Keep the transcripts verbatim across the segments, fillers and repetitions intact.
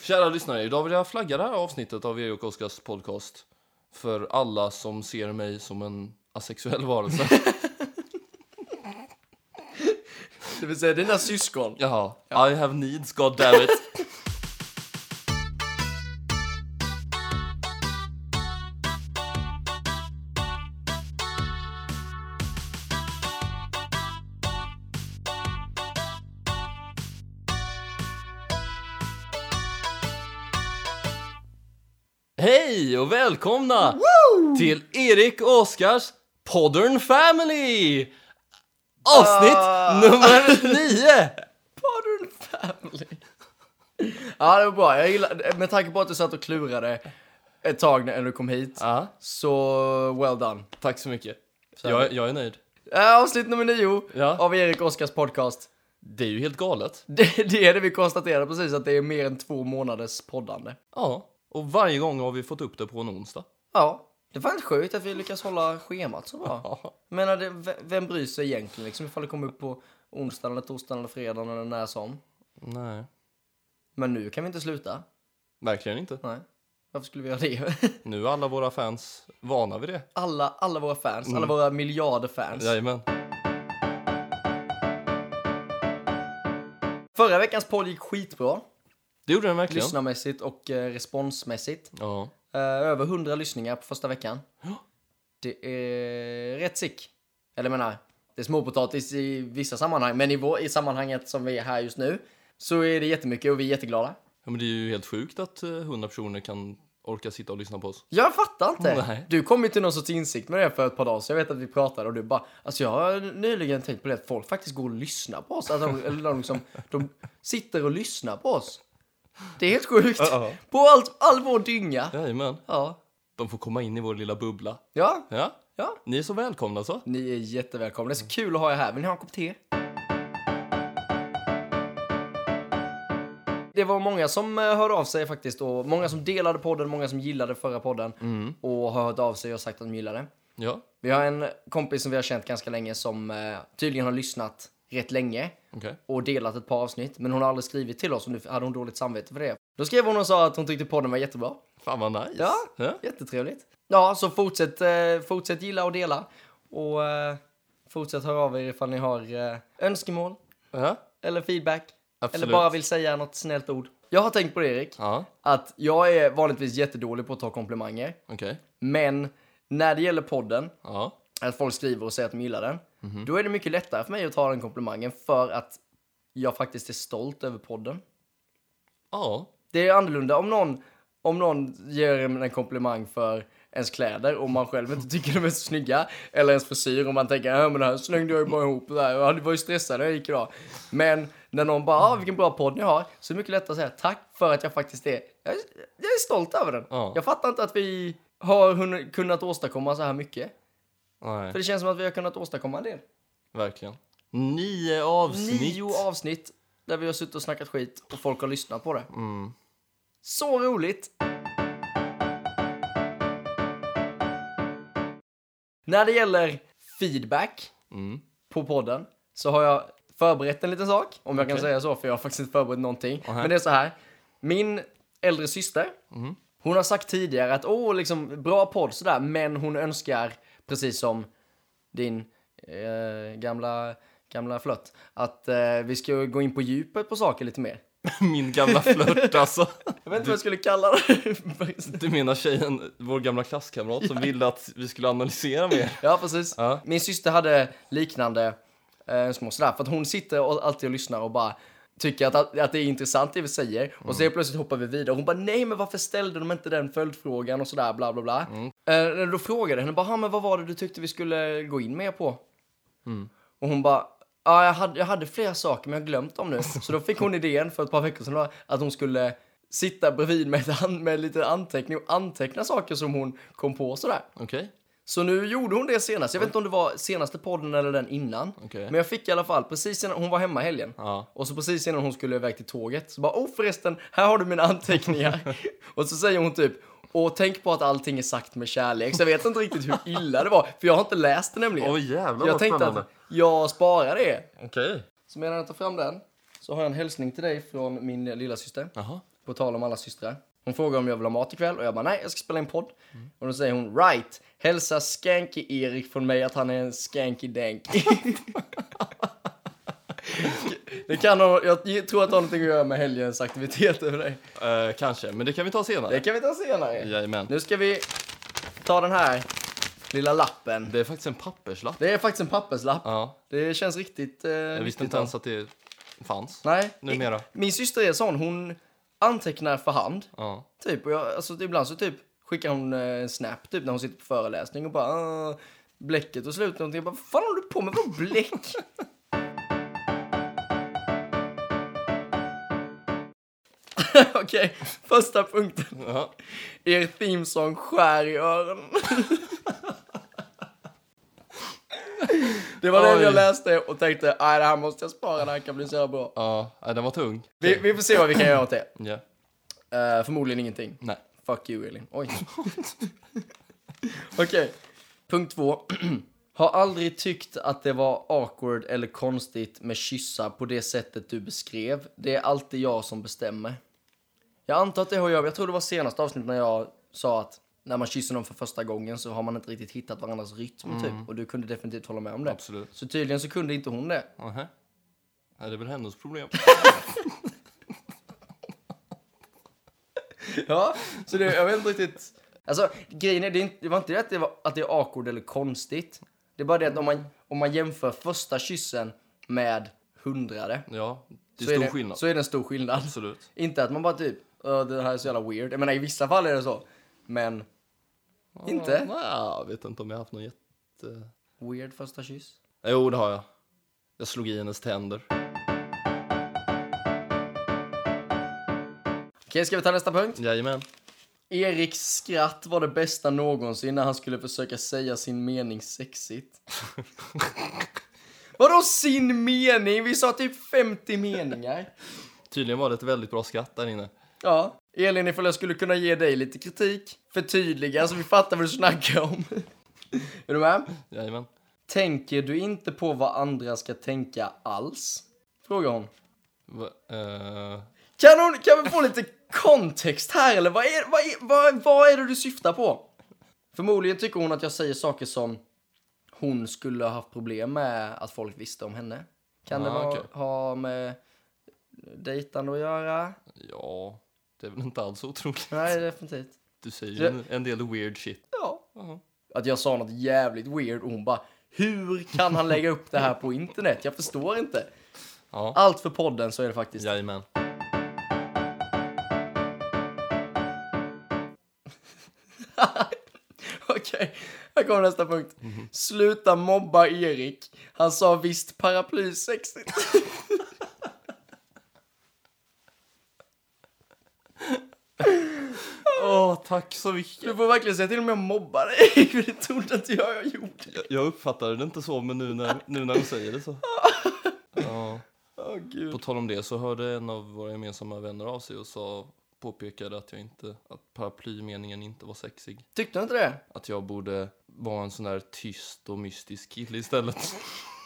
Kära lyssnare, idag vill jag flagga det här avsnittet av Erik och Oskars podcast för alla som ser mig som en asexuell varelse. Det vill säga dina syskon. Jaha, ja. I have needs, god damn it. Hej och välkomna Woo! Till Erik och Oskars Podern Family. Avsnitt uh. nummer nio. Podern Family. Ja, det var bra. Jag gillar, med tanke på att du satt och klurade ett tag när du kom hit. Uh. Så well done. Tack så mycket. Jag, jag är nöjd. Uh, avsnitt nummer nio ja. Av Erik och Oskars podcast. Det är ju helt galet. Det, det är det vi konstaterade precis, att det är mer än två månaders poddande. Ja, och varje gång har vi fått upp det på en onsdag. Ja, det var inte sjukt att vi lyckas hålla schemat så bra. Ja. Men det, vem bryr sig egentligen liksom, ifall det kommer upp på onsdag eller torsdag eller fredag eller när som? Nej. Men nu kan vi inte sluta. Verkligen inte. Nej. Varför skulle vi göra det? Nu är alla våra fans vana vid det. Alla, alla våra fans, mm. alla våra miljarder fans. Jajamän. Förra veckans podd gick skitbra. Det gjorde den verkligen. Lyssnarmässigt och eh, responsmässigt. Ja. Eh, över hundra lyssningar på första veckan. Ja. Det är rätt sick. Eller menar, det är småpotatis i vissa sammanhang. Men i, vår, i sammanhanget som vi är här just nu så är det jättemycket och vi är jätteglada. Ja, men det är ju helt sjukt att hundra personer kan orka sitta och lyssna på oss. Jag fattar inte. Nej. Du kom ju till någon sorts insikt med det för ett par dagar. Så jag vet att vi pratade och du bara, alltså jag har nyligen tänkt på det att folk faktiskt går och lyssnar på oss. Alltså, eller de, liksom, de sitter och lyssnar på oss. Det är helt sjukt. Uh-oh. På allt, all vår dynga. Jajamän. Ja. De får komma in i vår lilla bubbla. Ja. Ja. Ja. Ni är så välkomna så. Ni är jättevälkomna. Det är så kul att ha er här. Vill ni ha en kopp te? Det var många som hörde av sig faktiskt. Och många som delade podden, många som gillade förra podden. Mm. Och har hört av sig och sagt att de gillade. Ja. Vi har en kompis som vi har känt ganska länge som eh, tydligen har lyssnat rätt länge. Okay. Och delat ett par avsnitt. Men hon har aldrig skrivit till oss och nu hade hon dåligt samvete för det. Då skrev hon och sa att hon tyckte podden var jättebra. Fan vad nice. Ja, ja. Jättetrevligt. Ja, så fortsätt, eh, fortsätt gilla och dela. Och eh, fortsätt höra av er ifall ni har eh, önskemål. Ja. Eller feedback. Absolut. Eller bara vill säga något snällt ord. Jag har tänkt på det, Erik. Ja. Att jag är vanligtvis jättedålig på att ta komplimanger. Okay. Men när det gäller podden. Ja. Att folk skriver och säger att de gillar den. Mm-hmm. Då är det mycket lättare för mig att ta den komplimangen. För att jag faktiskt är stolt över podden. Ja. Det är annorlunda om någon, om någon ger en, en komplimang för ens kläder och man själv inte tycker de är så snygga. Eller ens frisyr och man tänker, ja men det här slängde jag ju bara ihop. Det här. Jag var ju stressad när jag gick idag. Men när någon bara, ah, vilken bra podd ni har. Så är det mycket lättare att säga tack för att jag faktiskt är, jag är, jag är stolt över den. Ja. Jag fattar inte att vi har hun- kunnat åstadkomma så här mycket. Nej. För det känns som att vi har kunnat åstadkomma en del. Verkligen. Nio avsnitt. Nio avsnitt där vi har suttit och snackat skit och folk har lyssnat på det. Mm. Så roligt! När det gäller feedback mm. på podden så har jag förberett en liten sak. Om jag okay. kan säga så, för jag har faktiskt inte förberett någonting. Uh-huh. Men det är så här. Min äldre syster, mm. hon har sagt tidigare att åh, liksom, bra podd sådär. Men hon önskar, precis som din eh, gamla, gamla flört, att eh, vi ska gå in på djupet på saker lite mer. Min gamla flört alltså. Jag vet inte vad jag skulle kalla det. Du menar tjejen, vår gamla klasskamrat ja. som ville att vi skulle analysera mer. Ja, precis. Ja. Min syster hade liknande önskemål sådär. För att hon sitter och alltid och lyssnar och bara tycker att, att det är intressant det vi säger. Mm. Och så plötsligt hoppar vi vidare. Hon bara, nej men varför ställde de inte den följdfrågan och sådär, bla bla bla. Mm. Eh, då frågade henne bara, men vad var det du tyckte vi skulle gå in mer på? Mm. Och hon bara, ja jag hade, jag hade flera saker men jag har glömt dem nu. Så då fick hon idén för ett par veckor sedan att hon skulle sitta bredvid med, ett an, med lite anteckning och anteckna saker som hon kom på sådär. Okej. Okay. Så nu gjorde hon det senast. Jag vet inte om det var senaste podden eller den innan. Okay. Men jag fick i alla fall, precis innan, hon var hemma i helgen. Ja. Och så precis innan hon skulle iväg till tåget. Så bara, oh förresten, här har du mina anteckningar. Och så säger hon typ, och tänk på att allting är sagt med kärlek. Så jag vet inte riktigt hur illa det var. För jag har inte läst det nämligen. Åh oh, jävlar, jag tänkte spännande. Att jag sparar det. Okej. Okay. Så medan jag tar fram den så har jag en hälsning till dig från min lilla syster. Jaha. På tal om alla systrar. Hon frågar om jag vill ha mat ikväll och jag bara nej, jag ska spela en podd. Mm. Och då säger hon right, hälsa Skanky Erik från mig att han är en skanky dank. Det kan ha, jag tror att det har någonting att göra med helgens aktiviteter för dig. Uh, kanske, men det kan vi ta senare. Det kan vi ta senare. Jajamän. Nu ska vi ta den här lilla lappen. Det är faktiskt en papperslapp. Det är faktiskt en papperslapp. Ja. Det känns riktigt... Eh, jag visste riktigt inte ens att det fanns. Nej. Numera. Min syster är sån, hon antecknar för hand. Ja. Typ, och jag, alltså ibland så typ skickar hon en snap typ när hon sitter på föreläsning och bara uh, bläcket och slut någonting. Jag bara, vad fan håller du på med? Vad bläck? Okej, okay, första punkten. Ja. Er themesång skär i öronen. Det var det jag läste och tänkte, nej det här måste jag spara, det här kan bli så bra. Ja, den var tung. Vi, vi får se vad vi kan göra åt det. Ja. Yeah. Uh, förmodligen ingenting. Nej. Fuck you, Elin. Oj. Okej, okay. Punkt två. Har aldrig tyckt att det var awkward eller konstigt med kyssar på det sättet du beskrev. Det är alltid jag som bestämmer. Jag antar att det har jag. Jag tror det var senaste avsnitt när jag sa att när man kysser någon för första gången så har man inte riktigt hittat varandras rytm mm. typ. Och du kunde definitivt hålla med om det. Absolut. Så tydligen så kunde inte hon det. Uh-huh. Ja, det är väl hennes problem. Ja, så det, jag vet inte riktigt. Alltså, grejen är, det, inte, det var inte det att det, var, att det är awkward eller konstigt. Det är bara det att om man, om man jämför första kyssen med hundrade. Ja, det är så stor är det, skillnad. Så är det en stor skillnad. Absolut. Inte att man bara typ, det här är så jävla weird. Jag menar, i vissa fall är det så. Men, ja, inte. Nej, jag vet inte om jag har haft någon jätte... Weird första kyss? Jo, det har jag. Jag slog i hennes tänder. Okej, ska vi ta nästa punkt? Jajamän. Eriks skratt var det bästa någonsin när han skulle försöka säga sin mening sexigt. Vadå sin mening? Vi sa typ femtio meningar. Tydligen var det ett väldigt bra skratt där inne. Ja, Elin, ifall jag skulle kunna ge dig lite kritik, förtydliga så vi fattar vad du snackar om. Är du med? Jajamän. Tänker du inte på vad andra ska tänka alls? Frågar hon. Va, uh... Kan, hon, kan vi få lite kontext här, eller vad är, vad, är, vad, vad är det du syftar på? Förmodligen tycker hon att jag säger saker som hon skulle ha haft problem med att folk visste om henne. Kan ah, det vara, okay. ha med dejtande att göra? Ja, det är väl inte alls otroligt. Nej, definitivt. Du säger ju en, en del weird shit. Ja. Uh-huh. Att jag sa något jävligt weird och hon bara, hur kan han lägga upp det här på internet? Jag förstår inte. Ja. Allt för podden så är det faktiskt. Jajamän. Okej, okay. Här kommer nästa punkt. Mm-hmm. Sluta mobba Erik. Han sa visst paraply sexigt. Åh, oh, tack så mycket. Du får verkligen säga till om jag mobbar dig. För det trodde inte jag jag gjorde. Jag, jag uppfattade det inte så, men nu när, nu när du säger det så. Ja. Oh, Gud. På tal om det så hörde en av våra gemensamma vänner av sig och sa, påpekade att jag inte, att paraplymeningen inte var sexig. Tyckte du inte det? Att jag borde vara en sån där tyst och mystisk kille istället.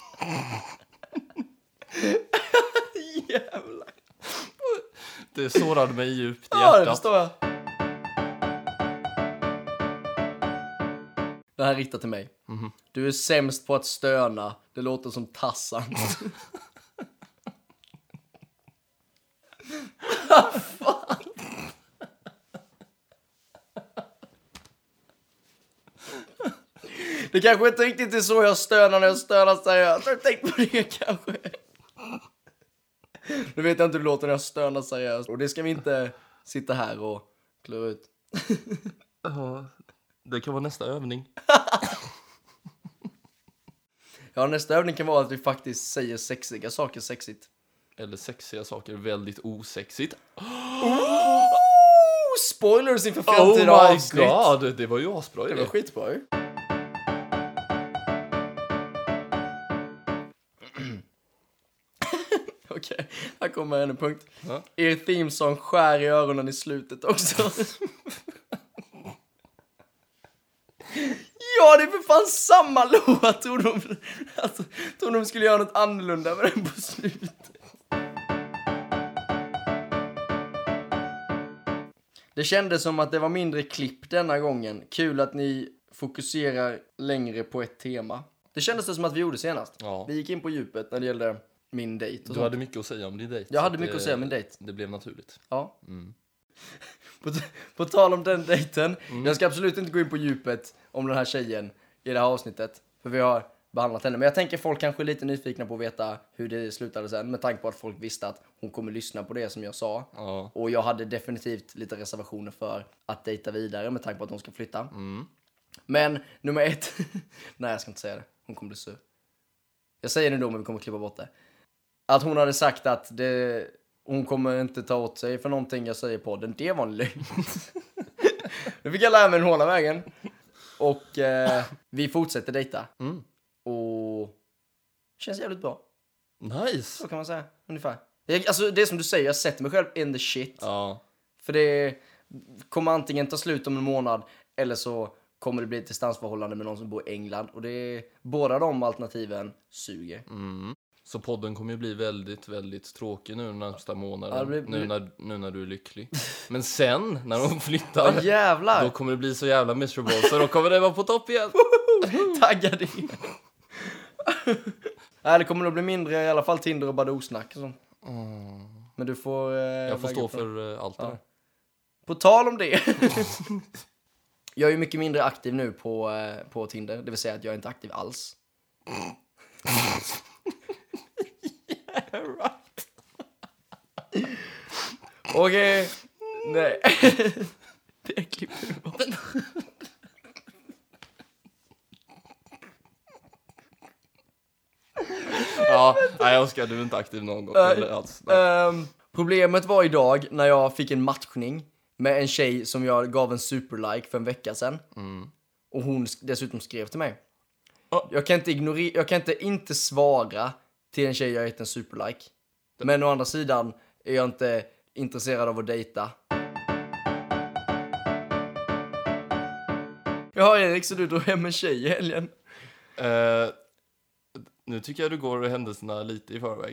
Jävlar. Det sårade mig djupt i ja, hjärtat. Ja, det förstår jag. Det här är riktat till mig. Mm-hmm. Du är sämst på att stöna. Det låter som Tassan. Fan. Det kanske inte riktigt är så jag stönar när jag stönar seriöst. Har du tänkt på det kanske? Nu vet jag inte hur det låter när jag stönar seriöst. Och det ska vi inte sitta här och klura ut. Ja, det kan vara nästa övning. Ja, nästa övning kan vara att vi faktiskt säger sexiga saker sexigt. Eller sexiga saker väldigt osexigt. Oh! Spoilers inför framtida oh avsnitt. Oh my god, det var ju asbra. Det var skitbra ju. Okej, okay, här kommer en punkt. Ja. Er themesång skär i öronen i slutet också. Ja, det är för fan samma låt. Tror de, alltså, tror de skulle göra något annorlunda med den på slutet. Det kändes som att det var mindre klipp denna gången. Kul att ni fokuserar längre på ett tema. Det kändes det som att vi gjorde senast. Ja. Vi gick in på djupet när det gällde min dejt. Du hade mycket att säga om din dejt. Jag hade så mycket det, att säga om min dejt. Det blev naturligt. Ja. Mm. På, t- på tal om den dejten. Mm. Jag ska absolut inte gå in på djupet om den här tjejen i det här avsnittet. För vi har behandlat henne. Men jag tänker folk kanske är lite nyfikna på att veta hur det slutade sen. Med tanke på att folk visste att hon kommer lyssna på det som jag sa. Ja. Och jag hade definitivt lite reservationer för att dejta vidare med tanke på att hon ska flytta. Mm. Men nummer ett. Nej, jag ska inte säga det. Hon kommer bli sur. Jag säger det då, men vi kommer klippa bort det. Att hon hade sagt att det, hon kommer inte ta åt sig för någonting jag säger på podden. Det var en lögn. Nu fick jag lära mig den hårda vägen. Och eh, vi fortsätter dejta. Mm. Och känns jävligt bra. Nice. Så kan man säga, ungefär. Jag, alltså det är som du säger, jag sätter mig själv in the shit. Ja. För det kommer antingen ta slut om en månad eller så kommer det bli ett distansförhållande med någon som bor i England. Och det är, båda de alternativen suger. Mm. Så podden kommer ju bli väldigt, väldigt tråkig nu nästa månad. Ja, det blir- nu, när, nu när du är lycklig. Men sen, när hon flyttar, Ja, jävlar! då kommer det bli så jävla miserable. Så då kommer det vara på topp igen. Taggad igen. Nej, det kommer nog bli mindre, i alla fall Tinder och Badoo-snack och sånt. Mm. Men du får... Eh, Jag får väga stå upp det. för uh, allt det Ja. där. På tal om det. Jag är ju mycket mindre aktiv nu på, eh, på Tinder. Det vill säga att jag är inte aktiv alls. Yeah, right. Okej. Nej. Det klipper vi bort. Ja, nej Oskar, du är inte aktiv någon gång. Nej. Eller alls. Nej. Ehm, problemet var idag när jag fick en matchning med en tjej som jag gav en superlike för en vecka sedan. Mm. Och hon sk- dessutom skrev till mig. Ja. Jag kan inte ignorera, jag kan inte inte svara till en tjej jag gett en superlike. Men å andra sidan är jag inte intresserad av att dejta. Ja, Erik, så du drog hem en tjej i helgen. Eh, nu tycker jag du går händelserna lite i förväg.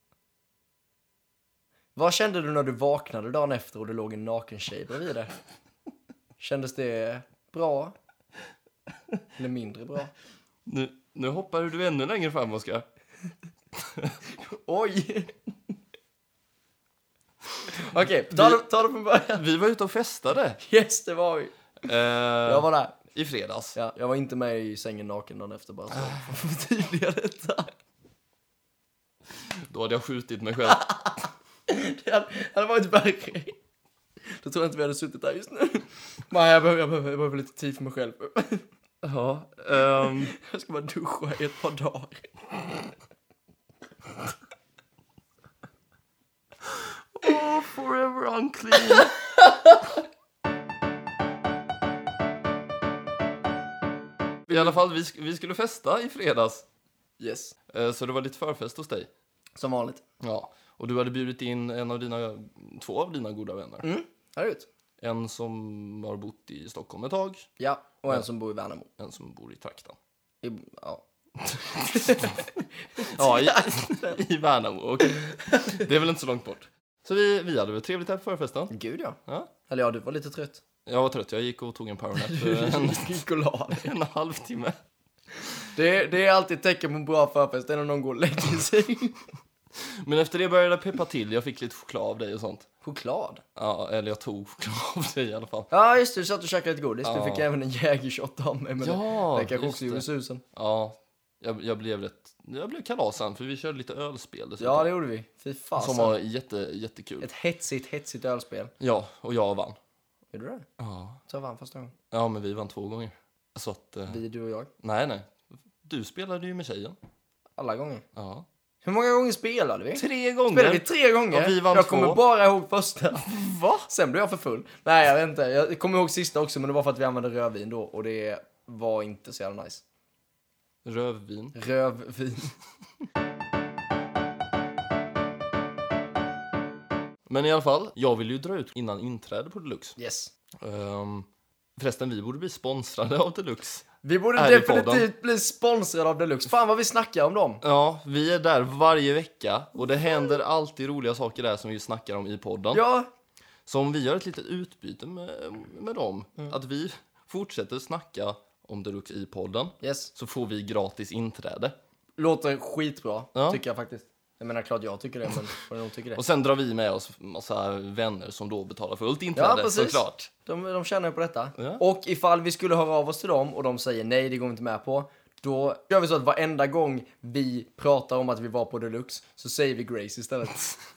Vad kände du när du vaknade dagen efter och det låg en naken tjej bredvid dig? Kändes det bra? Eller mindre bra? Nu, nu hoppar du ännu längre fram, Oskar. Oj! Okej, ta, det- ta det från början. Vi var ute och festade. Yes, det var vi. Eh, Jag var där. I fredags. Ja, jag var inte med i sängen naken dagen efter bara så för att förtydliga detta. Då hade jag skjutit mig själv. Det hade, det hade varit värre. Då tror jag inte vi hade suttit där just nu. Nej, jag behöver, jag behöver, jag behöver lite tid för mig själv. Ja. ehm, Jag ska bara duscha i ett par dagar. oh, forever unclean. I alla fall, vi, sk- vi skulle festa i fredags. Yes, Eh, så det var lite förfest hos dig. som vanligt. Ja. Och du hade bjudit in en av dina, två av dina goda vänner. Mm, har du gjort? En som har bott i Stockholm ett tag. Ja, och en Ja. som bor i Värnamo. En som bor i trakten. I, ja. Ja, i, i Värnamo. Okej. Det är väl inte så långt bort. Så vi, vi hade väl trevligt här på förfesten. Gud ja. Ja. Eller ja, du var lite trött. Jag var trött. Jag gick och tog en powernap för en, Gick och la dig. en halvtimme. Det, det är alltid ett tecken på en bra förfest, det är när någon går och lägger sig. Men efter det började jag peppa till. Jag fick lite choklad av dig och sånt. Choklad? Ja, eller jag tog choklad av dig i alla fall. Ja, just det, du satt och käkade lite godis. Ja. Du fick även en jägershot av mig. Men Ja, det, det kanske just också gjorde det. susen. Ja, jag, jag blev rätt... Jag blev kalasan för vi körde lite ölspel dessutom. Ja, det gjorde vi. Fy fasen. Som var jätte, jättekul. Ett hetsigt, hetsigt ölspel. Ja, och jag vann. Gjorde du det? Ja. Så jag vann första gången. Ja, men vi vann två gånger. Så att... Eh, Vi, du och jag. nej, nej. Du spelade ju med tjejen. Alla gånger. Ja. Hur många gånger spelade vi? Tre gånger. Spelade vi tre gånger? Och vi vann jag två. kommer bara ihåg första. Va? Sen blev jag för full. Nej, jag vet inte. Jag kommer ihåg sista också, men det var för att vi använde rödvin då. Och det var inte så jävla nice. Rövvin. Rövvin. Men i alla fall, jag vill ju dra ut innan inträde på Deluxe. Yes. Um, förresten, vi borde bli sponsrade av Deluxe. Vi borde Här i definitivt podden. bli sponsrade av Deluxe. Fan vad vi snackar om dem. Ja, vi är där varje vecka och det händer alltid roliga saker där som vi snackar om i podden. Ja, Så om vi gör ett litet utbyte med, med dem, Mm. att vi fortsätter snacka om Deluxe i podden, Yes. så får vi gratis inträde. Låter skitbra, Ja. tycker jag faktiskt. Jag menar, klart jag tycker det, men får nog tycker det. Och sen drar vi med oss massa vänner som då betalar fullt inträde, Ja, precis. såklart. De, de tjänar ju på detta. Ja. Och ifall vi skulle höra av oss till dem och de säger nej, det går vi inte med på. Då gör vi så att varenda gång vi pratar om att vi var på Deluxe så säger vi Grace istället.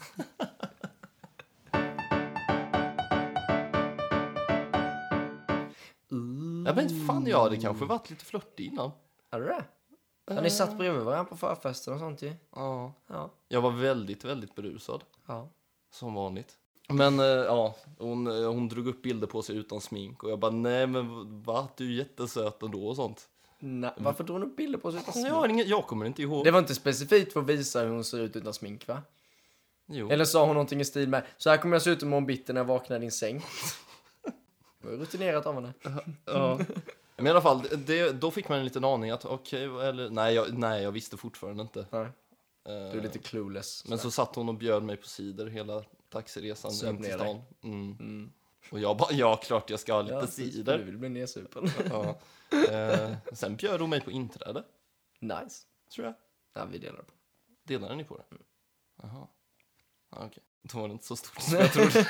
Jag vet inte fan, jag hade kanske varit lite flörtig innan. Hade du det? Har ni satt bredvid varandra på förfesten och sånt ju? Ja. Ja. Jag var väldigt, väldigt berusad. Ja. Som vanligt. Men eh, ja, hon, eh, hon drog upp bilder på sig utan smink. Och jag bara, nej men va? Du är jättesöt ändå och sånt. Nej, varför drog hon upp bilder på sig utan smink? Jag, har ingen, jag kommer inte ihåg. Det var inte specifikt för att visa hur hon ser ut utan smink, va? Jo. Eller sa hon någonting i stil med, så här kommer jag se ut imorgon bitti när jag vaknar i din säng. Det var rutinerat av henne. Ja. Men i alla fall, det, då fick man en liten aning att okej, okay, eller nej jag, nej, jag visste fortfarande inte. Nej. Eh, Du är lite clueless. Men så satt hon och bjöd mig på cider hela taxiresan Söp in till ner stan. Mm. Mm. Och jag bara, ja klart jag ska ha lite Ja, cider. Du vill bli nedsupen. Ja. Eh, sen bjöd hon mig på inträde, Nice. tror jag. Ja, vi delar på. Delade ni på det? Jaha. Ja, okej. Okay. Då var det inte så stort som jag trodde.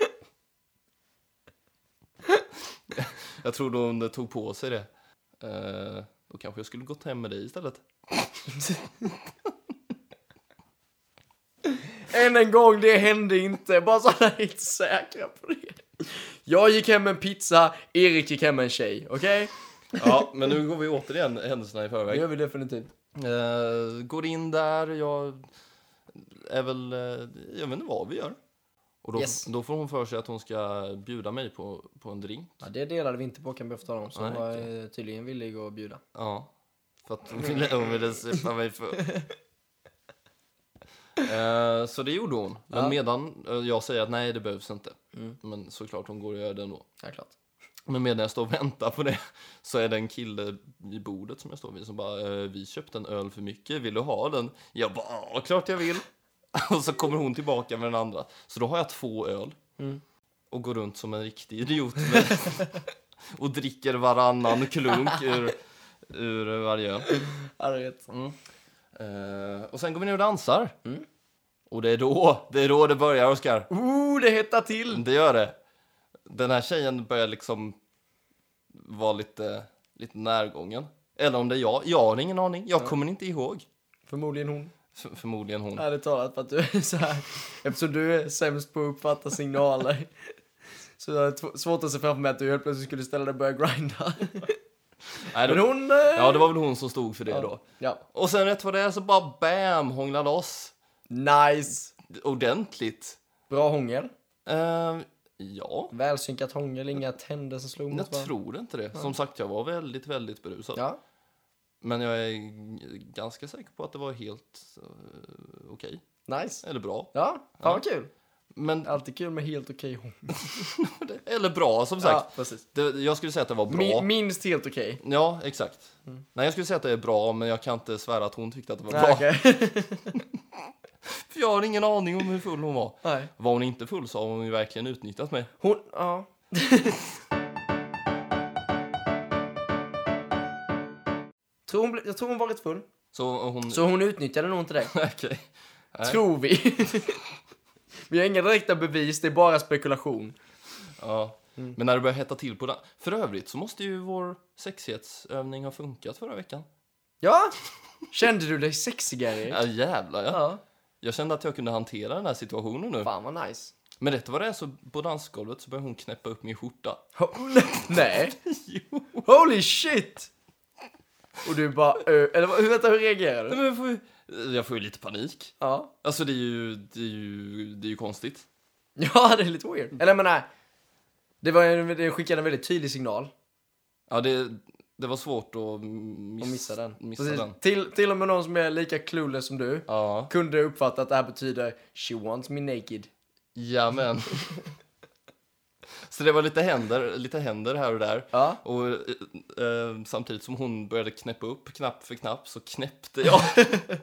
Jag trodde hon tog på sig det. Eh, då kanske jag skulle gått hem med dig istället. Än en gång, det hände inte. Bara så alla är helt säkra på det. Jag gick hem med en pizza, Erik gick hem med en tjej. Okej? Ja, men nu går vi återigen händelserna i Det förväg. gör vi definitivt. Eh, går in där, jag är väl, eh, jag vet inte vad vi gör. Och då, Yes. då får hon för sig att hon ska bjuda mig på, på en drink. Ja, det delade vi inte på, kan vi få tala om. Så Nej, hon var okej. eh, tydligen villig att bjuda. Ja, för att hon ville, hon ville släppa mig för. Eh, så det gjorde hon. Men Ja. medan eh, jag säger att nej, det behövs inte. Mm. Men såklart hon går och gör det ändå. Ja, klart. Men medan jag står och väntar på det så är det en kille vid bordet som jag står vid som bara, eh, vi köpte en öl för mycket, vill du ha den? Jag bara, ja klart jag vill. Och så kommer hon tillbaka med den andra. Så då har jag två öl. Mm. Och går runt som en riktig idiot med, och dricker varannan klunk ur, ur varje öl. Ja, det är rätt. Mm. Eh, och sen går vi ner och dansar. Mm. Och det är då, det är då det börjar, Oskar. Oh, det hettar till! Det gör det. Den här tjejen börjar liksom vara lite, lite närgången. Eller om det är jag. Jag har ingen aning. Jag Ja. kommer inte ihåg. Förmodligen hon. F- förmodligen hon. Ärligt talat, för att du är så här. Eftersom du är sämst på att uppfatta signaler. Så det är t- svårt att se framför mig att du helt plötsligt skulle ställa dig och börja grinda. Nej, Men då, hon... eh, ja, det var väl hon som stod för det ja. då. Ja. Och sen rätt vad det är så bara bam, hångla loss. Nice. Ordentligt. Bra hångel. Eh, ja, Välsynkat hångel, inga tänder som slog mot jag varandra. tror inte det. Som sagt, jag var väldigt, väldigt berusad. Ja. Men jag är g- ganska säker på att det var helt uh, okej. Nice. Eller bra. Ja, fan Ja. vad kul. Men, Alltid kul med helt okej hångel. eller bra, som sagt. Ja, precis. Det, jag skulle säga att det var bra. Mi- minst helt okej. Ja, exakt. Mm. Nej, jag skulle säga att det är bra, men jag kan inte svära att hon tyckte att det var Nej, bra. okej. För jag har ingen aning om hur full hon var. Nej. Var hon inte full så har hon ju verkligen utnyttjat mig. Hon, ja. tror hon, ble- jag tror hon varit full. Så hon... Så hon utnyttjade nog inte det. Okej. Nej. Tror vi. Vi har inga direkta bevis, det är bara spekulation. Ja. Mm. Men när det börjar hetta till på den... För övrigt så måste ju vår sexighetsövning ha funkat förra veckan. Ja, kände du dig sexigare, Erik? Ja, jävlar ja. Ja. Jag kände att jag kunde hantera den här situationen nu. Fan vad nice. Men rätt vad det är så på dansgolvet så börjar hon knäppa upp min skjorta. Ho- Nej. Jo. Holy shit! Och du bara, ö, eller vad- hur, vänta, hur reagerar Nej, du? men jag, får ju, jag får ju lite panik. Ja. Alltså det är ju, det är ju, det är ju konstigt. Ja, det är lite weird. Eller jag menar, det, var en, det skickade en väldigt tydlig signal. Ja, det, det var svårt att miss, Och missa den. Missa Precis. den. Till, till och med någon som är lika clueless som du Ja, kunde uppfatta att det här betyder she wants me naked. ja men. Så det var lite händer, lite händer här och där. Ja. Och eh, eh, samtidigt som hon började knäppa upp knapp för knapp så knäppte jag.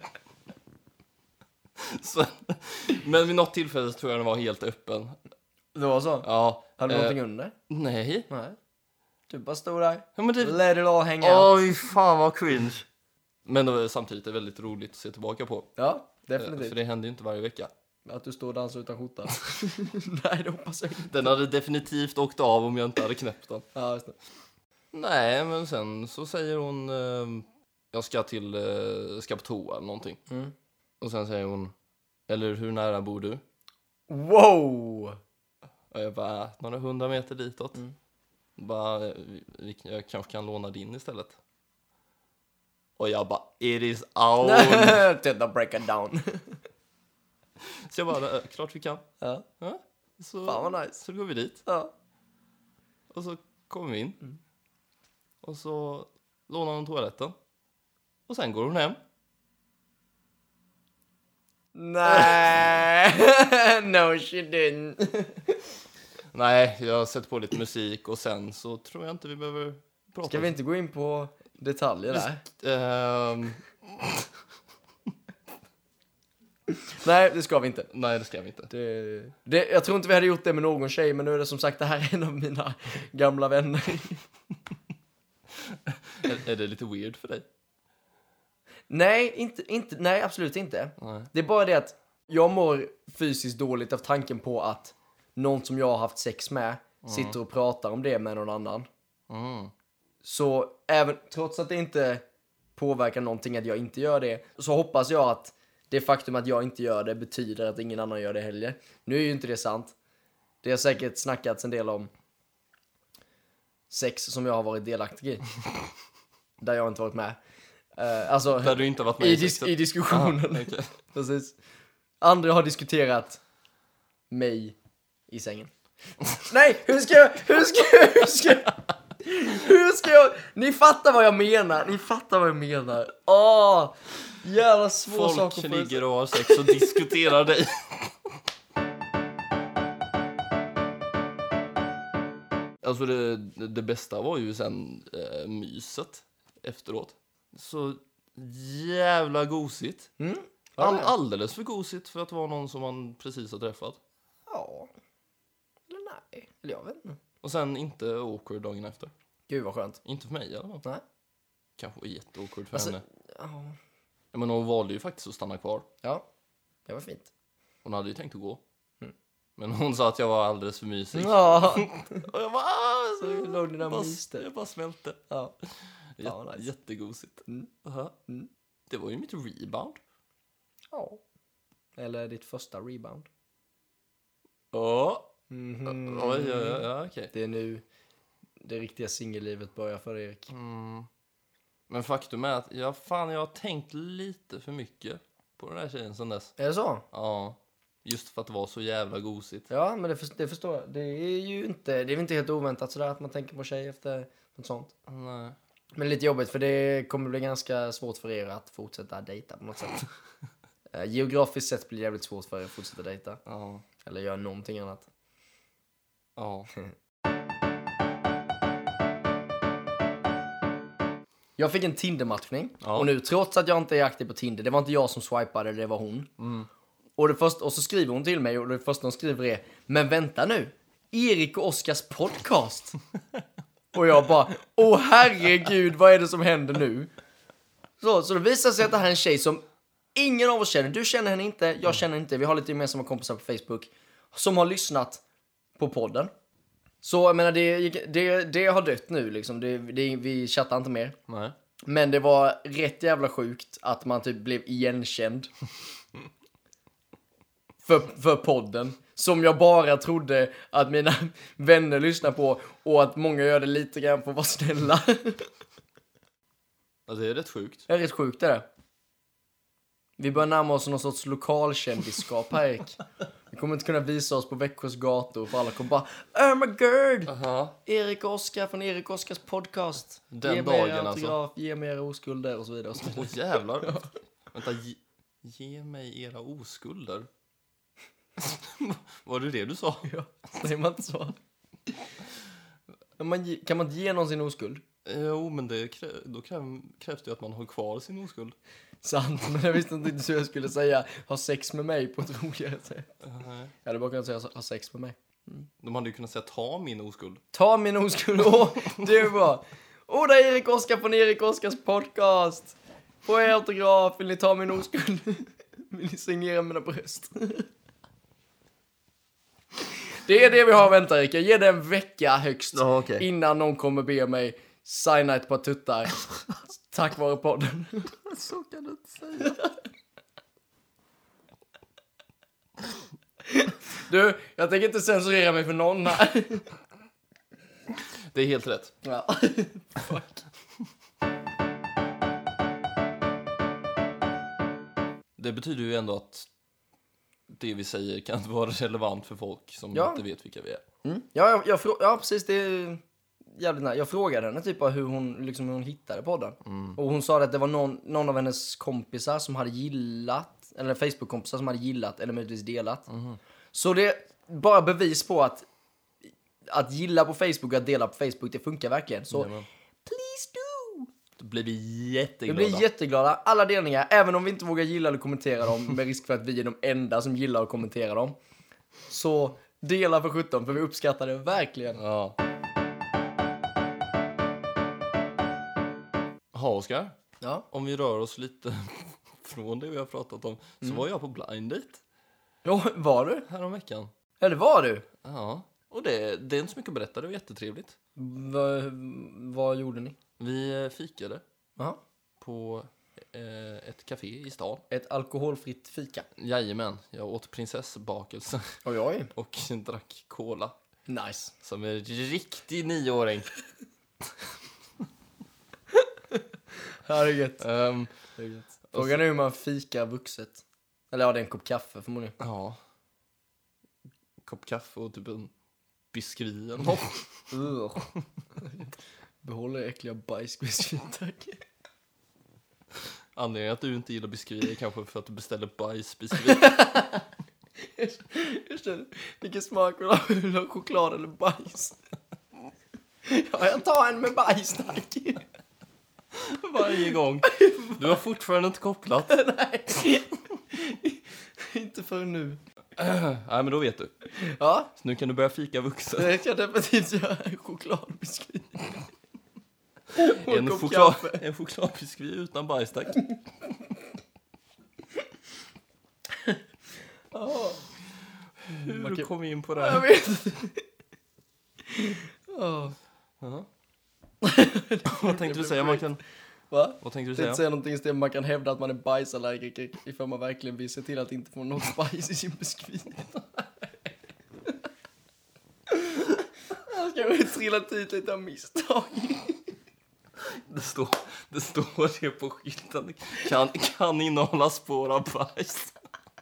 Så, men vid något tillfälle tror jag den var helt öppen. Det var så? Ja. Hade du eh, någonting under? Nej. Nej. Du bara stod där. Ja, men det... Let it all hang out. Oj, fan vad cringe. Men det var samtidigt är väldigt roligt att se tillbaka på. Ja, Eh, definitivt. För det händer ju inte varje vecka. Att du står och dansar utan skjorta. Nej, det hoppas jag inte. Den hade definitivt åkt av om jag inte hade knäppt den. Ja, just det. Nej, men sen så säger hon... Eh, jag ska till... Eh, ska på toa eller någonting. Mm. Och sen säger hon... Eller hur nära bor du? Wow! Och jag bara, några hundra meter ditåt. Mm. Bara, eh, vi, jag kanske kan låna din istället. Och jag bara, it is out. Titta, break it down. Så jag bara, eh, klart vi kan. Ja. Ja, så, Fan vad nice. så går vi dit. Ja. Och så kommer vi in. Mm. Och så lånar hon toaletten. Och sen går hon hem. Nej, no she didn't. Nej, jag sätter på lite musik och sen så tror jag inte vi behöver prata. Ska vi inte gå in på detaljer där? Ehm, Nej, det ska vi inte. nej, det ska vi inte. Det, det, jag tror inte vi hade gjort det med någon tjej, men nu är det som sagt, det här är en av mina gamla vänner. är, är det lite weird för dig? Nej, inte, inte, nej, absolut inte. Nej. Det är bara det att jag mår fysiskt dåligt av tanken på att någon som jag har haft sex med sitter och pratar om det med någon annan. Mm. Så även, trots att det inte påverkar någonting att jag inte gör det, så hoppas jag att det faktum att jag inte gör det betyder att ingen annan gör det heller. Nu är ju inte det sant. Det har säkert snackats en del om sex som jag har varit delaktig i. Där jag inte varit med. Uh, alltså, Där du inte har varit med i, i dis- sexet? i diskussionen. Aha, okej. Precis. Andra har diskuterat mig i sängen. Nej, hur ska jag, hur ska jag, hur ska jag, hur ska jag, ni fattar vad jag menar, ni fattar vad jag menar. Åh, jävla svår Folk sak att få ut. ligger och har sex och diskuterar dig. Alltså det, det bästa var ju sen äh, myset efteråt. Så jävla gosigt. Mm? All, Ja, alldeles för gosigt för att vara någon som man precis har träffat. ja. Eller nej, eller jag vet inte. Och sen inte awkward dagen efter. Gud vad skönt. Inte för mig i alla fall. Nej. Kanske var jätteawkward för Alltså, henne. ja. Ja, men hon valde ju faktiskt att stanna kvar. Ja, det var fint. Hon hade ju tänkt att gå. Mm. Men hon sa att jag var alldeles för mysig. Ja, Och jag bara, ah, så låg ni där och bara, myste. jag bara smälte. Ja. Jätte, Ja, nice. Jättegosigt. Mm. Aha. Mm. Det var ju mitt rebound. Ja. Eller ditt första rebound. Ja. Mhm. Oj, ja, ja, ja, okej. Det är nu det riktiga singellivet börjar för Erik. Mm. Men faktum är att jag, fan, jag har tänkt lite för mycket på den här tjejen sedan dess. Är det så? Ja. Just för att det var så jävla gosigt. Ja, men det, för, det förstår jag. Det är ju inte, det är väl inte helt oväntat sådär att man tänker på tjej efter något sånt. Nej. Men lite jobbigt, för det kommer bli ganska svårt för er att fortsätta dejta på något sätt. Eh, Geografiskt sett blir det jävligt svårt för er att fortsätta dejta. Ja. Eller göra någonting annat. Ja. Jag fick en Tinder-matchning. Ja. Och nu, trots att jag inte är aktiv på Tinder, det var inte jag som swipade, det var hon. Mm. Och, det först, och så skriver hon till mig, och det första hon skriver är: men vänta nu, Erik och Oskars podcast. Och jag bara, åh herregud, vad är det som händer nu? Så, så det visar sig att det här är en tjej som ingen av oss känner. Du känner henne inte, jag känner inte. Vi har lite gemensamma kompisar på Facebook som har lyssnat på podden. Så jag menar, det, det, det har dött nu liksom. Det, det, vi chattar inte mer. Nej. Men det var rätt jävla sjukt att man typ blev igenkänd. För, för podden. Som jag bara trodde att mina vänner lyssnar på. Och att många gör det lite grann för att vara snälla. Ja, det är rätt sjukt. Det är rätt sjukt det där. Vi börjar närma oss någon sorts lokalkändisskap här, Erik. Vi kommer inte kunna visa oss på Växjös gator. För alla kommer bara, oh my god! Aha. Erik och Oskar från Erik och Oskars podcast. Den ge mig dagen, er alltså. autograf, ge mig era oskulder och så vidare. Och så vidare. Åh jävlar. Vänta, ge, ge mig era oskulder. Var det det du sa? Ja, säger man inte så? Kan man, ge, kan man inte ge någon sin oskuld? Jo, men det krä, då kräv, krävs det ju att man har kvar sin oskuld. Sant, men jag visste inte hur jag skulle säga ha sex med mig på ett roligare sätt. Nej. Jag hade bara kunnat säga ha sex med mig. De hade ju kunnat säga ta min oskuld. Ta min oskuld. Åh, det är bra. Åh, det är Erik Oskar från Erik Oskars podcast. På er autograf, vill ni ta min oskuld? Vill ni signera mina bröst? Det är det vi har att vänta, Erik. Jag ger det en vecka högst. Ja, okej. Innan någon kommer be mig signa ett par tuttar. Tack vare podden. Så kan du inte säga. Du, jag tänker inte censurera mig för någon här. Det är helt rätt. Ja. Fuck. Det betyder ju ändå att det vi säger kan inte vara relevant för folk som Ja. inte vet vilka vi är. Mm. Ja, jag, jag frå- ja, precis. Det är jävligt nära. Jag frågade henne typ hur hon, liksom, hur hon hittade podden. Mm. Och hon sa att det var någon, någon av hennes kompisar som hade gillat, eller Facebook-kompisar som hade gillat eller möjligtvis delat. Mm. Så det är bara bevis på att att gilla på Facebook och att dela på Facebook, det funkar verkligen. Så Jajamän. please do! Då blir vi Vi jätteglada. blir jätteglada. Alla delningar, även om vi inte vågar gilla eller kommentera dem, med risk för att vi är de enda som gillar och kommenterar dem. Så dela för sjutton, för vi uppskattar det verkligen. Ja. Ja, Oskar. Ja. Om vi rör oss lite från det vi har pratat om, så Mm. var jag på blind date Ja, var du? häromveckan. Ja, det var du. Ja, och det, det är inte så mycket att berätta, det var jättetrevligt. Va, vad gjorde ni? Vi eh, fikade Jaha. på eh, ett café i stan. Ett alkoholfritt fika. Jajamän, jag åt prinsessbakelse Oj, oj. och drack cola. Nice. Som en riktig nioåring. Här är gött. um, Frågan är hur man fikar vuxet. Eller ja, det är en kopp kaffe förmodligen. ja. Kopp kaffe och typ en biskvi eller något. Ugh. Behåller äckliga bajsbiskvit, tack. Anledningen att du inte gillar biskvi är kanske för att du beställer bajsbiskvi. Just det. Vilken smak vill du ha? Vill du ha choklad eller bajs? Ja, jag tar en med bajs, tack. Varje gång. Du har fortfarande inte kopplat. Nej. Inte för nu. Nej, men då vet du. Ja, Så nu kan du börja fika vuxen. det kan jag definitivt göra. En chokladbiskvit. Och En, kopp choklad, kaffe. en chokladbiskvi utan bajs, tack. Ja. Hur Man kan- kom vi in på det Jag här? vet inte. Ja. Ja. Vad tänkte du säga? Man kan, Va? vad tänkte du Jag säga? tänkte säga någonting i stil, man kan hävda att man är bajsallergiker ifall man verkligen vill se till att inte få något bajs i sin biskvit. Jag ska väl trillat ut lite av misstag. Det står, det står det på skylten. Kan, kan innehålla spår av bajs.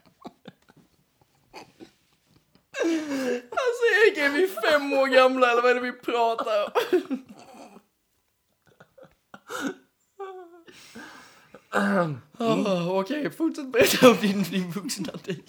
Alltså Erik, är vi fem år gamla eller vad är det vi pratar om? Oh, Okej, okay, fortsätt berätta om din, din vuxna dejt.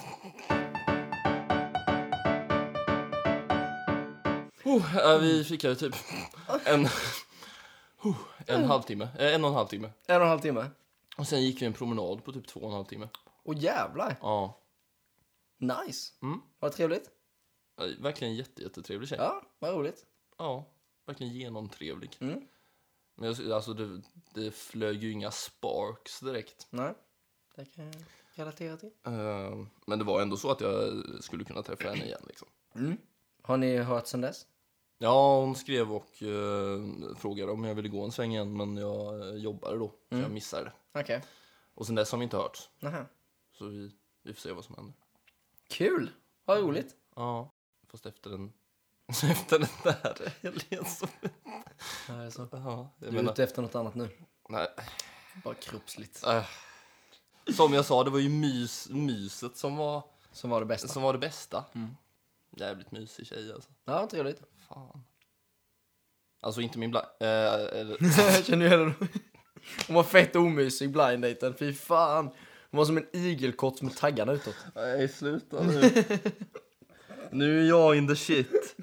Oh, ja, vi fikade typ en, oh, en halvtimme. Eh, en och en halv timme. En och en halv timme. Och sen gick vi en promenad på typ två och en halv timme. Åh jävlar. Ja. Nice. Mm. Vad trevligt. Ja, verkligen jätte, jättetrevlig tjej. Ja, vad roligt. Ja, verkligen genomtrevlig. Mm. Men jag, alltså det, det flög ju inga sparks direkt. Nej, det kan jag relatera till. Uh, men det var ändå så att jag skulle kunna träffa henne igen liksom. Mm. Har ni hört sen dess? Ja, hon skrev och uh, frågade om jag ville gå en sväng igen, men jag uh, jobbade då, så Mm. jag missade det. Okej. Okay. Och sen dess har vi inte hört, Nähä. så vi, vi får se vad som händer. Kul. Vad roligt. Ja, fast efter den, efter den där helgen så... Ja, så. Ja, jag Du är menar, ute efter något annat nu. nej. Bara kroppsligt. Äh, som jag sa, det var ju mys, myset som var, Som var det bästa. som var det bästa. Mm. Jävligt mysig tjej alltså. Ja, trevligt. Fan. Alltså inte min bla... Äh, eller, Jag känner ju henne. Hon var fett omysig blind daten. Fy fan. Hon var som en igelkott med taggarna utåt. nej, sluta nu. Nu är jag in the shit.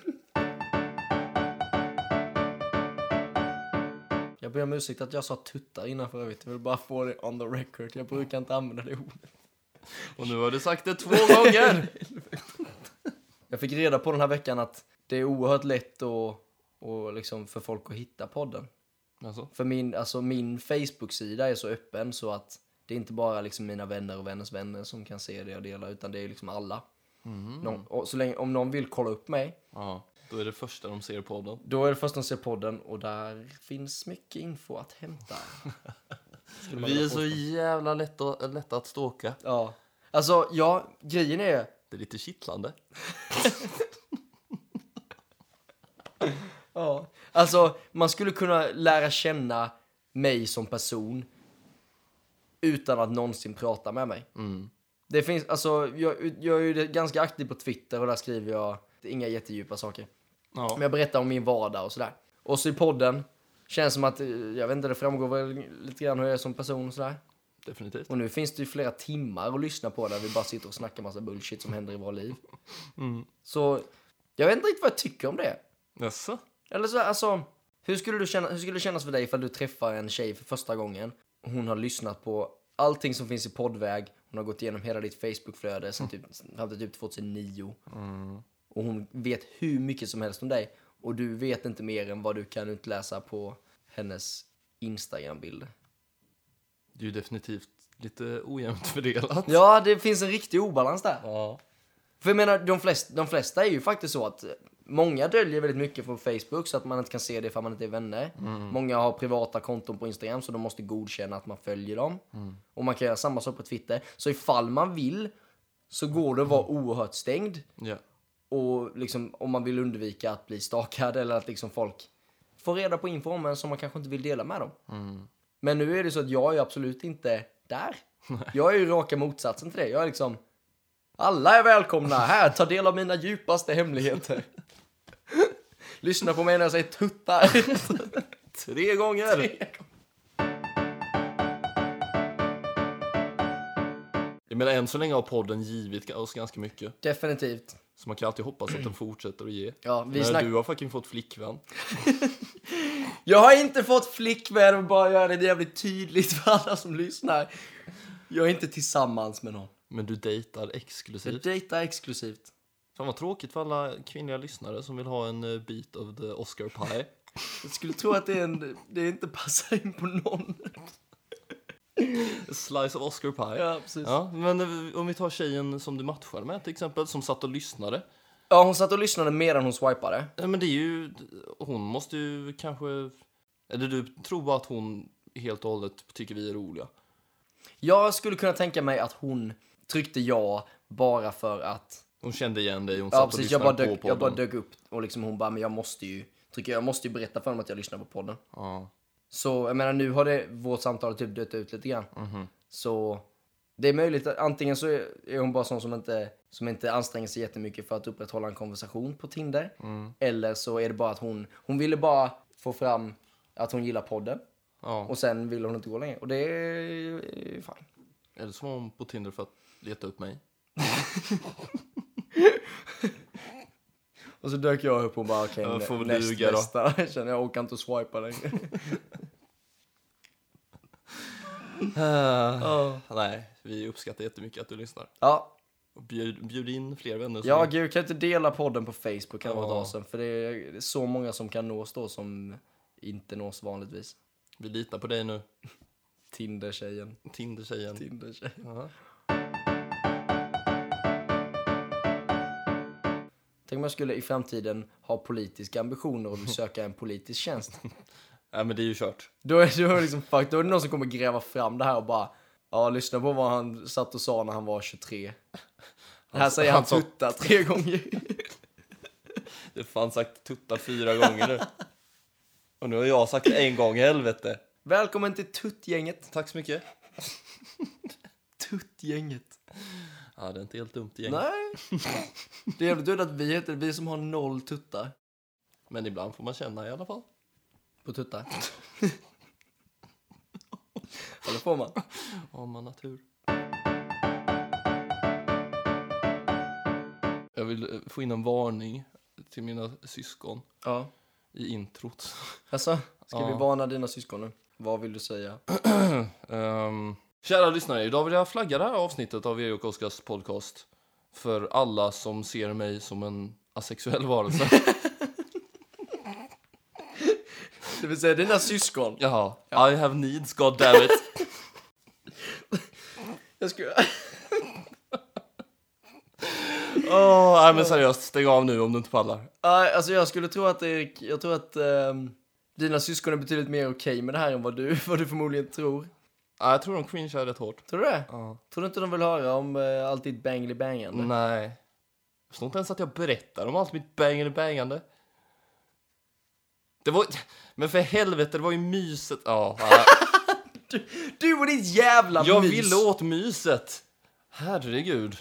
Jag ber om ursäkt att jag sa tuttar innan för övrigt. Jag vill bara få det on the record. Jag brukar inte använda det ordet. Och nu har du sagt det två gånger. Jag fick reda på den här veckan att det är oerhört lätt att, och liksom för folk att hitta podden. Alltså? För min, alltså min Facebook-sida är så öppen så att det är inte bara liksom mina vänner och vänners vänner som kan se det jag delar, utan det är liksom alla. Mm. Någon, och så länge, om någon vill kolla upp mig, Ja, då är det första de ser podden. då är det först de ser podden och där finns mycket info att hämta. Vi är så jävla lätta, lätta att stalka. Ja, alltså ja, grejen är... Det är lite kittlande. Ja, alltså man skulle kunna lära känna mig som person utan att någonsin prata med mig. Mm. Det finns, alltså jag, jag är ju ganska aktiv på Twitter och där skriver jag inga jättedjupa saker. Ja. Men jag berättar om min vardag och sådär. Och så i podden känns som att, jag vet inte, det framgår väl lite grann hur jag är som person och sådär. Definitivt. Och nu finns det ju flera timmar att lyssna på där vi bara sitter och snackar massa bullshit som händer i våra liv. Mm. Så jag vet inte riktigt vad jag tycker om det. Jaså? Eller så, alltså, hur skulle, du känna, hur skulle det kännas för dig ifall du träffar en tjej för första gången? Hon har lyssnat på allting som finns i poddväg. Hon har gått igenom hela ditt Facebook-flöde sen typ, fram till typ tjugohundranio. Mm. Och hon vet hur mycket som helst om dig. Och du vet inte mer än vad du kan utläsa på hennes Instagram-bilder. Det är ju definitivt lite ojämnt fördelat. Ja, det finns en riktig obalans där. Ja. För jag menar, de flesta, de flesta är ju faktiskt så att många döljer väldigt mycket från Facebook så att man inte kan se det ifall man inte är vänner. Mm. Många har privata konton på Instagram så de måste godkänna att man följer dem. Mm. Och man kan göra samma sak på Twitter. Så ifall man vill så går det att vara oerhört stängd. Ja. Och liksom, om man vill undvika att bli stakad eller att liksom folk får reda på info om en som man kanske inte vill dela med dem. Mm. Men nu är det så att jag är absolut inte där. Jag är ju raka motsatsen till det. Jag är liksom, alla är välkomna här, ta del av mina djupaste hemligheter. Lyssna på mig när jag säger tuttar. Tre gånger! Tre. Jag menar, än så länge har podden givit oss ganska mycket. Definitivt. Så man kan alltid hoppas att den fortsätter att ge. Ja, vi Men snack... du har fucking fått flickvän. Jag har inte fått flickvän och bara göra det jävligt tydligt för alla som lyssnar. Jag är inte tillsammans med någon. Men du dejtar Jag exklusivt. dejtar exklusivt. Fan vad tråkigt för alla kvinnliga lyssnare som vill ha en uh, bit of the Oscar pie. Jag skulle tro att det, är en, det inte passar in på någon. A slice of Oscar pie. Ja, precis. Ja, men uh, om vi tar tjejen som du matchade med till exempel, som satt och lyssnade. Ja, hon satt och lyssnade medan hon swipade. Ja, men det är ju, hon måste ju kanske, eller du tror bara att hon helt och hållet tycker vi är roliga. Jag skulle kunna tänka mig att hon tryckte ja bara för att... Hon kände igen dig, hon Ja, satt precis. och Jag bara, lyssnade på dök, jag bara podden. dök upp och liksom hon bara, men jag måste ju... Tycker jag, jag måste ju berätta för dem att jag lyssnar på podden. Ja. Så jag menar, nu har det, vårt samtal typ dött ut lite grann. Mhm. Så det är möjligt att antingen så är, är hon bara sån som inte, som inte anstränger sig jättemycket för att upprätthålla en konversation på Tinder. Mm. Eller så är det bara att hon, hon ville bara få fram att hon gillar podden. Ja. Och sen vill hon inte gå längre. Och det är fine. Eller så var hon på Tinder för att leta upp mig. Och så dök jag upp och bara, okej, Jag får väl näst duga då. nästa. Jag känner jag orkar inte swipa längre. Uh, Nej, vi uppskattar jättemycket att du lyssnar. Ja, Och bjud, bjud in fler vänner. som- ja gud, kan inte dela podden på Facebook kan det vara ett Ja. tag sedan. För det är, det är så många som kan nås då som inte nås vanligtvis. Vi litar på dig nu. Tinder-tjejen. Tinder-tjejen. Tinder-tjejen. Ja. Tänk om jag skulle i framtiden ha politiska ambitioner och vill söka en politisk tjänst. Nej, men det är ju kört. Då är det liksom fuck, då är det någon som kommer gräva fram det här och bara, ja, lyssna på vad han satt och sa när han var tjugotre. Det här säger han han sa- tutta tre gånger. Det fanns sagt tutta fyra gånger nu. Och nu har jag sagt det en gång, i helvete. Välkommen till tuttgänget. Tack så mycket. Tuttgänget. Ja, det är inte helt dumt gäng. Nej. Det är jävligt dumt att vi heter vi som har noll tuttar. Men ibland får man känna i alla fall. På tuttar. Eller får man? Har man natur. Jag vill eh, få in en varning till mina syskon Ja. i introt. Alltså, ska Ja. vi varna dina syskon nu? Vad vill du säga? Um, kära lyssnare, idag vill jag flagga det här avsnittet av Erik och Oskars podcast för alla som ser mig som en asexuell varelse. Det vill säga dina syskon. Jaha, ja. I have needs, god damn it. Jag skulle... Åh, oh, nej men seriöst, stäng av nu om du inte pallar. Nej, alltså jag skulle tro att det är, jag tror att um, dina syskon är betydligt mer okej okay med det här än vad du, vad du förmodligen tror. Ja, jag tror de cringear rätt hårt. Tror du det? Ja. Tror du inte de vill höra om uh, allt ditt bangly bangande? Nej. Jag förstår inte ens att jag berättar om allt mitt bangly bangande. Det var... Men för helvete, det var ju myset. Ja, ja. du, du och ditt jävla jag mys. Jag ville åt myset. Herregud.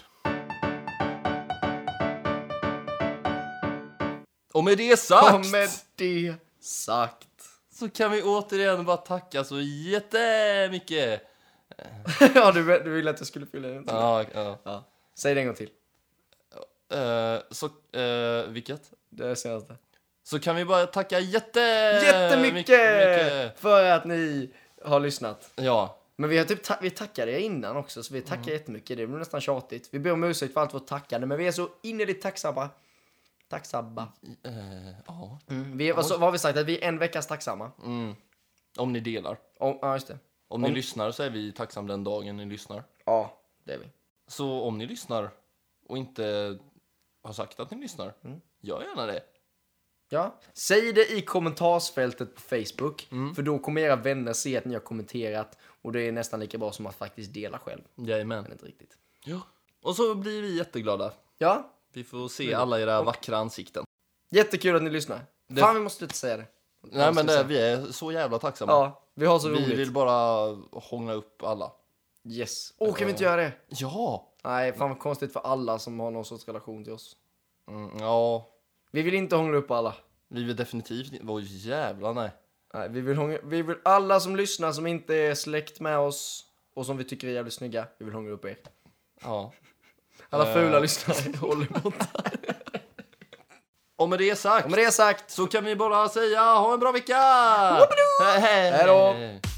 Och med det sagt. Och med det sagt. Så kan vi återigen bara tacka så jättemycket. Ja, du, du ville att jag skulle fylla den. Ja, ja. Ja. Säg det en gång till. Uh, så, uh, vilket? Det senaste. Så kan vi bara tacka jätte... jättemycket mycket. För att ni har lyssnat. Ja. Men vi har typ ta- vi tackade er innan också, så vi tackar mm. jättemycket. Det blir nästan tjatigt. Vi ber om ursäkt för allt vårt tackande, men vi är så innerligt tacksamma. Tacksamma. Uh, ja. Mm. Vi är, vad, så, vad har vi sagt? Att vi är en veckas tacksamma. Mm. Om ni delar. Om, ja, just det. Om, om ni lyssnar så är vi tacksamma den dagen ni lyssnar. Ja, det är vi. Så om ni lyssnar och inte har sagt att ni lyssnar, mm. gör gärna det. Ja, säg det i kommentarsfältet på Facebook. Mm. För då kommer era vänner se att ni har kommenterat. Och det är nästan lika bra som att faktiskt dela själv. Jajamän. Men inte riktigt. Ja. Och så blir vi jätteglada. Ja. Vi får se alla era vackra ansikten. Jättekul att ni lyssnar. Det... Fan, vi måste inte säga det. Nej, men det, vi är så jävla tacksamma. Ja, vi har så vi roligt. Vi vill bara hångla upp alla. Yes. Åh, oh, kan vi inte göra det? Ja. Nej, fan vad konstigt för alla som har någon sorts relation till oss. Mm, ja. Vi vill inte hångla upp alla. Vi vill definitivt inte. Vad jävla nej. Nej, vi vill, hångla... vi vill alla som lyssnar som inte är släkt med oss och som vi tycker är jävligt snygga. Vi vill hångla upp er. Ja. Alla fula uh... lyssnare håller borta. Och med det sagt. Och med det sagt så kan vi bara säga ha en bra vecka. Hej då.